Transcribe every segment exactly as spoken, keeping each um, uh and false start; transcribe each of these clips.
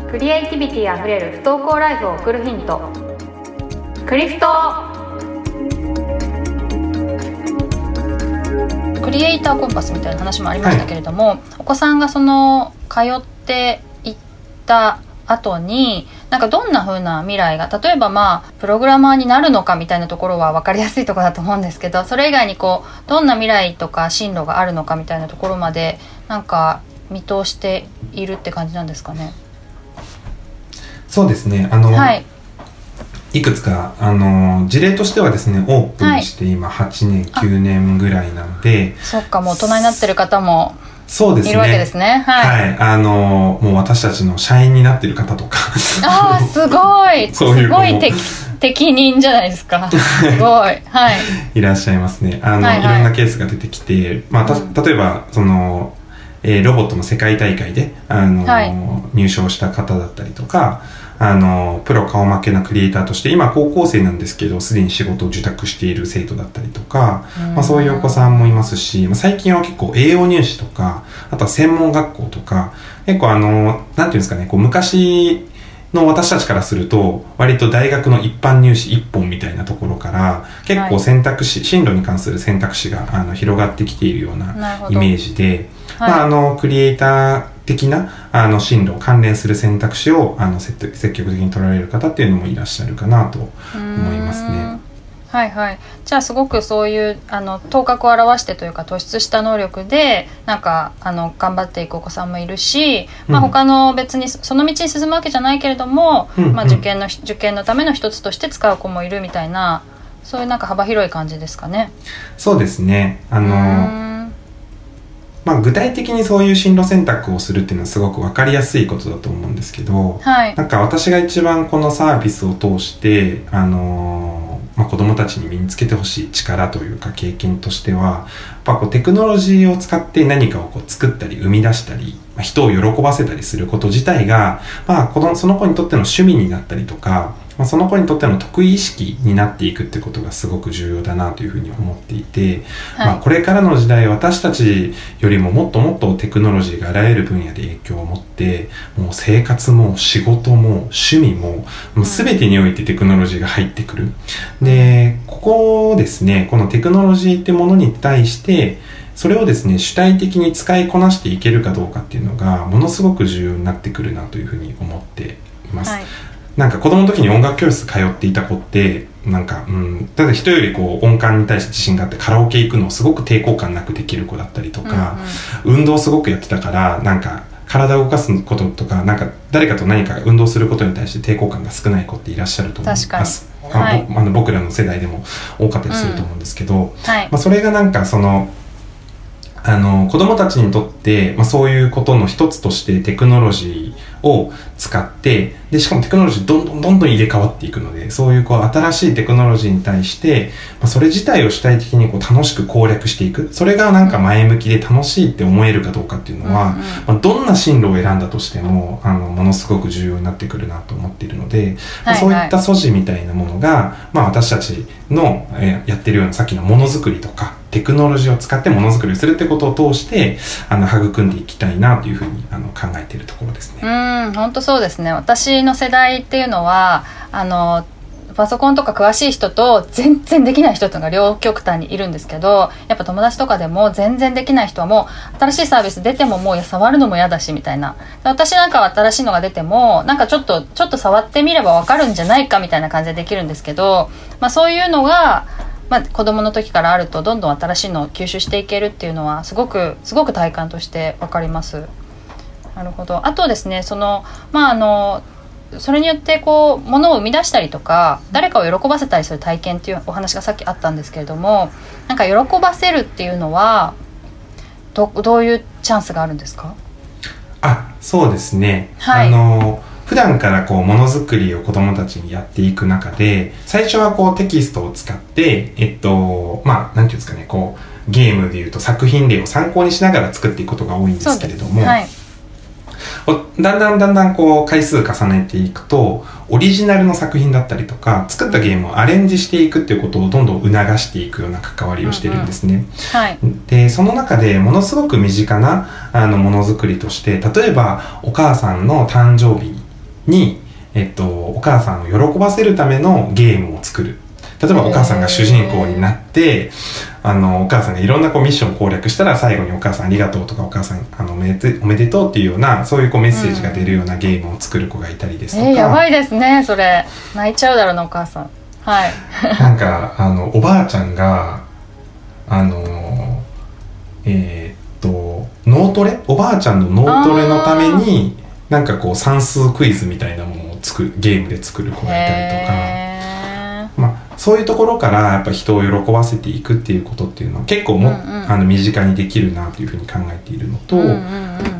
クリエイティビティあふれる不登校ライフを送るヒント、クリフト。クリエイターコンパスみたいな話もありましたけれども、はい、お子さんがその通っていった後になんかどんな風な未来が、例えばまあプログラマーになるのかみたいなところは分かりやすいところだと思うんですけど、それ以外にこうどんな未来とか進路があるのかみたいなところまでなんか見通しているって感じなんですかね。 そうですね、あの、 はい、 いくつかあの事例としてはですね、オープンして今はちねん、はい、きゅうねんぐらいなので、 そっか、もう大人になってる方もそうですね、 いるわけですね。はい、 はい、あのもう私たちの社員になっている方とかあーすごいそういうすごい適適任じゃないですか。すごい、はい、 いらっしゃいますね。あの、はいはい、いろんなケースが出てきて、まあ、た例えばその、えー、ロボットの世界大会であの、はい、入賞した方だったりとか、あのプロ顔負けなクリエイターとして今高校生なんですけどすでに仕事を受託している生徒だったりとか、まあ、そういうお子さんもいますし、まあ、最近は結構栄養入試とか、あとは専門学校とか、結構あのなんていうんですかね、こう昔の私たちからすると割と大学の一般入試一本みたいなところから結構選択肢、はい、進路に関する選択肢があの広がってきているようなイメージで、はい、まあ、あのクリエイター的なあの進路関連する選択肢をあの積極的に取られる方っていうのもいらっしゃるかなと思いますね。 はいはい。じゃあすごくそういうあの頭角を現してというか突出した能力でなんかあの頑張っていくお子さんもいるし、まあ、他の別にその道に進むわけじゃないけれども、うん、まあ、受験の受験のための一つとして使う子もいるみたいな、そういうなんか幅広い感じですかね。 そうですね、あのまあ、具体的にそういう進路選択をするっていうのはすごく分かりやすいことだと思うんですけど、はい、なんか私が一番このサービスを通してあのまあ、子どもたちに身につけてほしい力というか経験としては、やっぱこうテクノロジーを使って何かをこう作ったり生み出したり、まあ、人を喜ばせたりすること自体が、まあ、このその子にとっての趣味になったりとか、まあ、その子にとっての得意意識になっていくってことがすごく重要だなというふうに思っていて、はい、まあ、これからの時代私たちよりももっともっとテクノロジーがあらゆる分野で影響を持って、もう生活も仕事も趣味も、もう全てにおいてテクノロジーが入ってくる。で、ここですね、このテクノロジーってものに対してそれをですね主体的に使いこなしていけるかどうかっていうのがものすごく重要になってくるなというふうに思っています。はい、なんか子供の時に音楽教室通っていた子ってなんか、うん、ただ人よりこう音感に対して自信があってカラオケ行くのをすごく抵抗感なくできる子だったりとか、うんうん、運動すごくやってたからなんか体を動かすこととか、なんか誰かと何か運動することに対して抵抗感が少ない子っていらっしゃると思います。あ、はい、あの僕らの世代でも多かったりすると思うんですけど、うん、はい、まあ、それがなんかそのあの子供たちにとって、まあ、そういうことの一つとしてテクノロジーを使って、でしかもテクノロジーどんどんどんどん入れ替わっていくので、そういうこう新しいテクノロジーに対して、まあ、それ自体を主体的にこう楽しく攻略していく、それがなんか前向きで楽しいって思えるかどうかっていうのは、うんうん、まあ、どんな進路を選んだとしてもあのものすごく重要になってくるなと思っているので、はいはい、まあ、そういった素地みたいなものが、まあ、私たちの、えー、やってるようなさっきのものづくりとかテクノロジーを使ってものづくりをするってことを通してあの育んでいきたいなというふうにあの考えているところですね。 うん、本当そうですね。私の世代っていうのはあのパソコンとか詳しい人と全然できない人というのが両極端にいるんですけど、やっぱ友達とかでも全然できない人はもう新しいサービス出てももう触るのも嫌だしみたいな、私なんかは新しいのが出てもなんかちょっとちょっと触ってみれば分かるんじゃないかみたいな感じでできるんですけど、まあ、そういうのがまあ、子供の時からあるとどんどん新しいのを吸収していけるっていうのはすごくすごく体感として分かります。なるほど。あとですね、そのまああのそれによってこう物を生み出したりとか誰かを喜ばせたりする体験っていうお話がさっきあったんですけれども、なんか喜ばせるっていうのは ど, どういうチャンスがあるんですか？ あ、そうですね、 はい、 あの普段からこうものづくりを子どもたちにやっていく中で、最初はこうテキストを使ってえっとまあなんていうんですかね、こうゲームでいうと作品例を参考にしながら作っていくことが多いんですけれども、はい、だんだんだんだんこう回数重ねていくとオリジナルの作品だったりとか作ったゲームをアレンジしていくっていうことをどんどん促していくような関わりをしてるんですね、うんうん、はい、でその中でものすごく身近なあのものづくりとして、例えばお母さんの誕生日に、えっと、お母さんを喜ばせるためのゲームを作る。例えばお母さんが主人公になって、あのお母さんがいろんなこうミッションを攻略したら最後にお母さんありがとうとかお母さんあのおめでとう、おめでとうっていうようなそういうこうメッセージが出るようなゲームを作る子がいたりですとか、 えー、やばいですねそれ。泣いちゃうだろうなお母さん。はいなんかあのおばあちゃんがあのえー、っと脳トレおばあちゃんの脳トレのためになんかこう算数クイズみたいなものを作るゲームで作る子がいたりとか、まあ、そういうところからやっぱ人を喜ばせていくっていうことっていうのは結構も、うんうん、あの身近にできるなというふうに考えているのと、うんうんうん、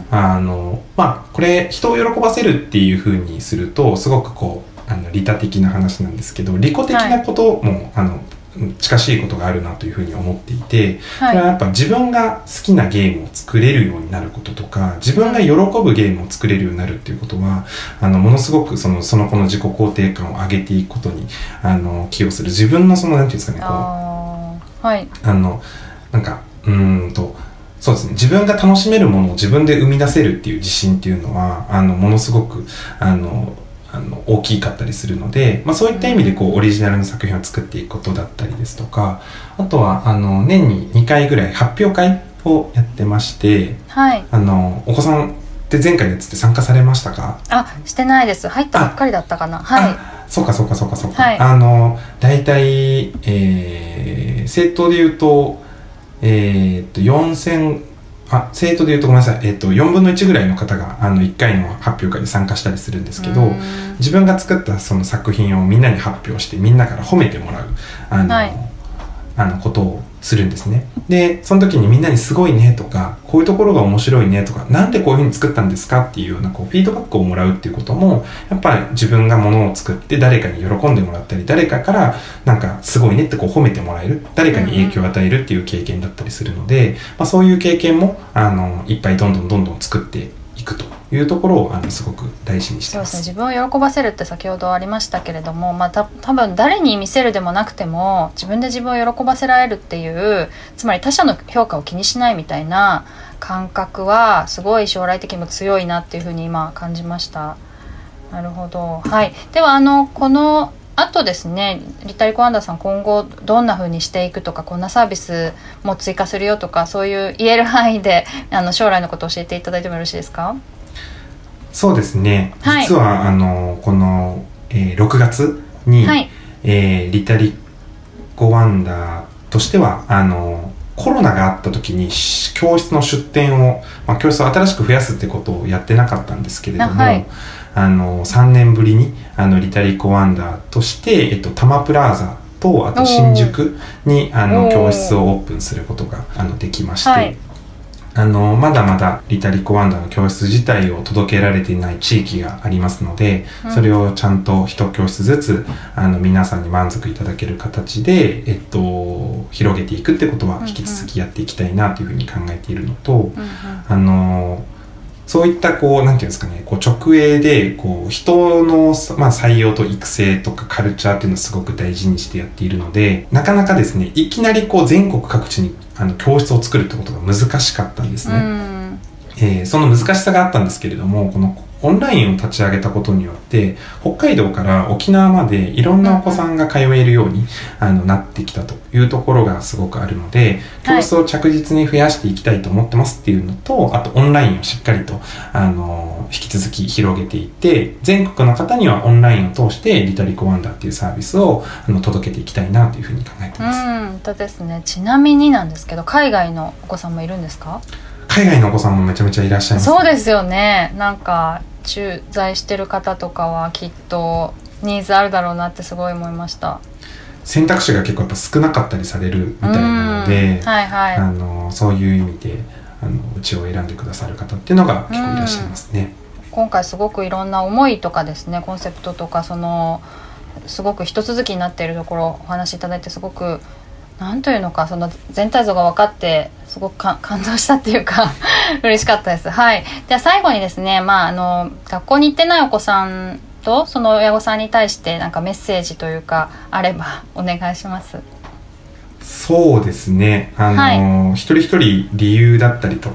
あのまあこれ人を喜ばせるっていうふうにするとすごくこうあの利他的な話なんですけど利己的なことも、はい、あの近しいことがあるなというふうに思っていて、はい、それはやっぱ自分が好きなゲームを作れるようになることとか自分が喜ぶゲームを作れるようになるっていうことはあのものすごくその、その子の自己肯定感を上げていくことにあの寄与する自分のそのなんていうんですかねこうあ、はい、 あのなんかうーんとそうですね自分が楽しめるものを自分で生み出せるっていう自信っていうのはあのものすごくあのあの大きかったりするので、まあ、そういった意味でこうオリジナルの作品を作っていくことだったりですとかあとはあの年ににかいぐらい発表会をやってまして、はい、あのお子さんって前回のやつって参加されましたか？ あ、してないです。入ったばっかりだったかな。はい。 そうかそうかそうかそうか、はい、あのだいたい、えー、生徒でいうとえー、っとよんせんあ生徒でいうとごめんなさい、えー、とよんぶんのいちぐらいの方があのいっかいの発表会で参加したりするんですけど自分が作ったその作品をみんなに発表してみんなから褒めてもらうあの、はい、あのことをするんですね。でその時にみんなにすごいねとかこういうところが面白いねとかなんでこういうふうに作ったんですかっていうようなこうフィードバックをもらうっていうこともやっぱり自分がものを作って誰かに喜んでもらったり誰かからなんかすごいねってこう褒めてもらえる誰かに影響を与えるっていう経験だったりするので、まあ、そういう経験もあのいっぱいどんどんどんどん作っていくというところをあのすごく大事にしてます。 そうですね、自分を喜ばせるって先ほどありましたけれども、まあ、た多分誰に見せるでもなくても自分で自分を喜ばせられるっていうつまり他者の評価を気にしないみたいな感覚はすごい将来的にも強いなっていうふうに今感じました。なるほど、はい、ではあのこのあとですねリタリコワンダーさん今後どんな風にしていくとかこんなサービスも追加するよとかそういう言える範囲であの将来のことを教えていただいてもよろしいですか？ そうですね、はい、実はあのこの、えー、ろくがつに、はいえー、リタリコワンダーとしてはあのコロナがあった時に教室の出店を、まあ、教室を新しく増やすってことをやってなかったんですけれども、はい、あのさんねんぶりにあのリタリコワンダーとして、えっと、多摩プラザとあと新宿にあの教室をオープンすることがあのできまして、はい、あのまだまだリタリコワンダーの教室自体を届けられていない地域がありますので、うん、それをちゃんと一教室ずつあの皆さんに満足いただける形で、えっと、広げていくってことは引き続きやっていきたいなというふうに考えているのと、うんうん、あのそういったこうなんていうんですかねこう直営でこう人の、まあ、採用と育成とかカルチャーっていうのをすごく大事にしてやっているのでなかなかですねいきなりこう全国各地にあの教室を作るってことが難しかったんですね、うんえー、その難しさがあったんですけれどもこのオンラインを立ち上げたことによって北海道から沖縄までいろんなお子さんが通えるように、うん、あのなってきたというところがすごくあるので教室を着実に増やしていきたいと思ってますっていうのと、はい、あとオンラインをしっかりとあの引き続き広げていって全国の方にはオンラインを通してリタリコワンダーっていうサービスをあの届けていきたいなというふうに考えてます。 うんとですね、ちなみになんですけど海外のお子さんもいるんですか？ 海外のお子さんもめちゃめちゃいらっしゃいます、ね、 そうですよね。なんか駐在してる方とかはきっとニーズあるだろうなってすごい思いました。 選択肢が結構やっぱ少なかったりされるみたいなので、はいはい、あのそういう意味であのうちを選んでくださる方っていうのが結構いらっしゃいますね。 今回すごくいろんな思いとかですねコンセプトとかそのすごく一続きになっているところお話しいただいてすごくなんというのかその全体像が分かってすごく感動したっていうか嬉しかったです。はい。では最後にですね、まああの学校に行ってないお子さんとその親御さんに対してなんかメッセージというかあればお願いします。 そうですね。あの、はい、一人一人理由だったりとか、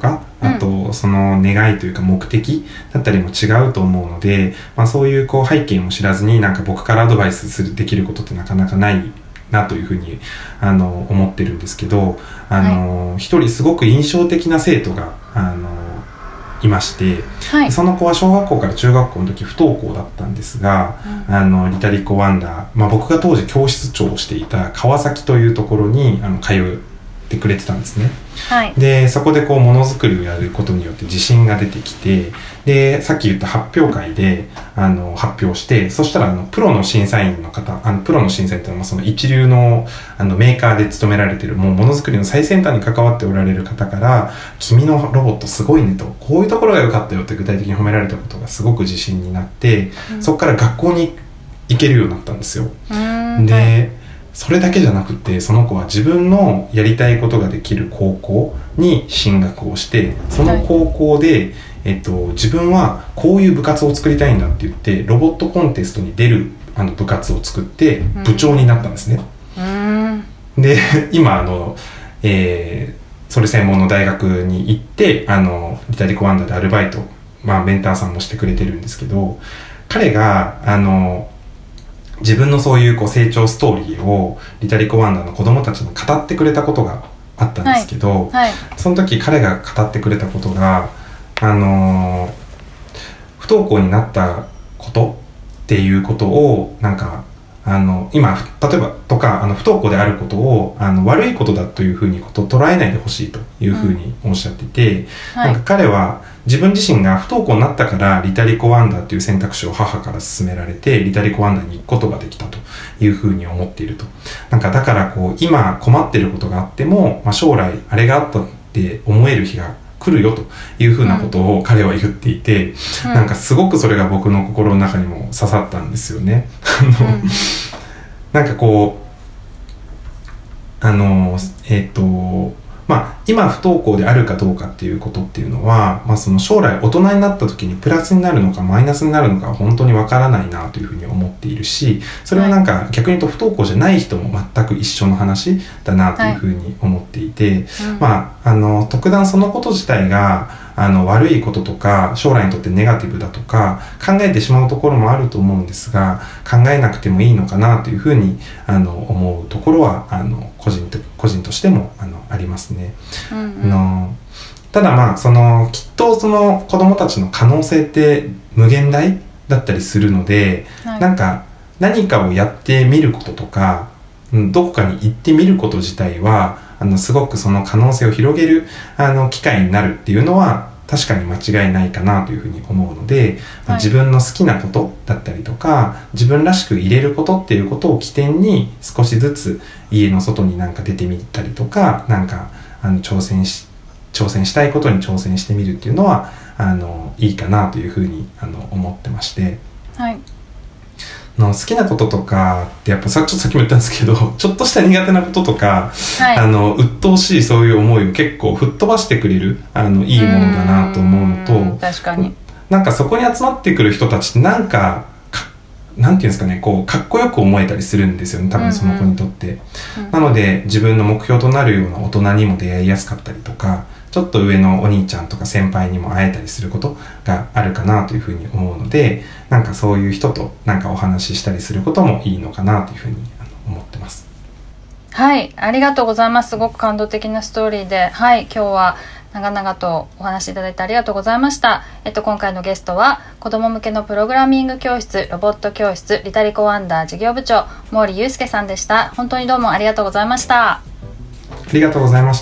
あとその願いというか目的だったりも違うと思うので、まあ、そういうこう背景も知らずになんか僕からアドバイスするできることってなかなかないなというふうにあの思ってるんですけど、あの、はい、一人すごく印象的な生徒があのいまして、はい、その子は小学校から中学校の時不登校だったんですが、うん、あのリタリコワンダー、まあ、僕が当時教室長をしていた川崎というところにあの通ってくれてたんですね、はい、でそこでこうものづくりをやることによって自信が出てきて、でさっき言った発表会であの発表して、そしたらあのプロの審査員の方、あのプロの審査員というのはその一流のあのメーカーで勤められているもうものづくりの最先端に関わっておられる方から、君のロボットすごいねと、こういうところが良かったよって具体的に褒められたことがすごく自信になって、うん、そこから学校に行けるようになったんですよ。で、はいそれだけじゃなくて、その子は自分のやりたいことができる高校に進学をして、その高校で、はい、えっと、自分はこういう部活を作りたいんだって言ってロボットコンテストに出るあの部活を作って部長になったんですね。うんで今あの、えー、それ専門の大学に行ってあのリタリコワンダーでアルバイト、まあ、メンターさんもしてくれてるんですけど、彼があの自分のそういうこう成長ストーリーをリタリコワンダーの子供たちに語ってくれたことがあったんですけど、はいはい、その時彼が語ってくれたことが、あのー、不登校になったことっていうことをなんかあの今例えばとかあの不登校であることをあの悪いことだというふうにことを捉えないでほしいというふうにおっしゃってて、うんはい、なんか彼は自分自身が不登校になったからリタリコワンダーという選択肢を母から勧められてリタリコワンダーに行くことができたというふうに思っていると。なんかだからこう今困ってることがあっても、まあ、将来あれがあったって思える日が来るよというふうなことを彼は言っていて、うん、なんかすごくそれが僕の心の中にも刺さったんですよね。うん、なんかこうあのえっとまあ、今不登校であるかどうかっていうことっていうのは、まあ、その将来大人になった時にプラスになるのかマイナスになるのか本当にわからないなというふうに思っているし、それはなんか逆に言うと不登校じゃない人も全く一緒の話だなというふうに思っていて、はいうん、まあ、あの特段そのこと自体があの悪いこととか将来にとってネガティブだとか考えてしまうところもあると思うんですが、考えなくてもいいのかなというふうにあの思うところはあの個人と、個人としてもあのありますね。うんうん、あのただまあそのきっとその子どもたちの可能性って無限大だったりするので、はい、なんか何かをやってみることとか、うん、どこかに行ってみること自体はあのすごくその可能性を広げるあの機会になるっていうのは確かに間違いないかなというふうに思うので、はい、自分の好きなことだったりとか自分らしく入れることっていうことを起点に少しずつ家の外になんか出てみたりとかなんかあの挑戦し挑戦したいことに挑戦してみるっていうのはあのいいかなというふうにあの思ってまして、はい、の好きなこととかってやっぱさちょっとさっきも言ったんですけどちょっとした苦手なこととか、はい、あの鬱陶しいそういう思いを結構吹っ飛ばしてくれるあのいいものだなと思うのと、 確かになんかそこに集まってくる人たちってなんかなんていうんですかね、こうかっこよく思えたりするんですよね、多分その子にとって、うんうん、なので自分の目標となるような大人にも出会いやすかったりとかちょっと上のお兄ちゃんとか先輩にも会えたりすることがあるかなというふうに思うので、なんかそういう人となんかお話ししたりすることもいいのかなというふうに思ってます。 はい、ありがとうございます。すごく感動的なストーリーで、はい、今日は長々とお話しいただいてありがとうございました。えっと、今回のゲストは子ども向けのプログラミング教室ロボット教室リタリコワンダー事業部長毛利祐介さんでした。本当にどうもありがとうございました。 ありがとうございました。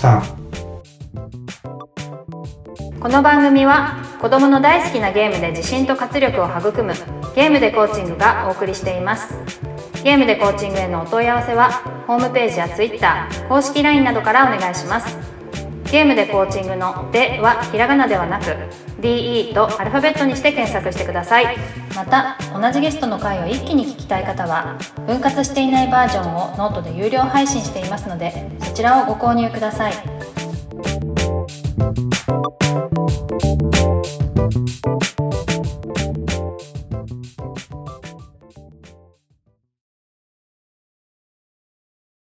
この番組は子どもの大好きなゲームで自信と活力を育むゲームでコーチングがお送りしています。ゲームでコーチングへのお問い合わせはホームページや Twitter 公式 ライン などからお願いします。ゲームでコーチングのではひらがなではなく ディーイー とアルファベットにして検索してください。また同じゲストの回を一気に聞きたい方は分割していないバージョンをノートで有料配信していますのでそちらをご購入ください。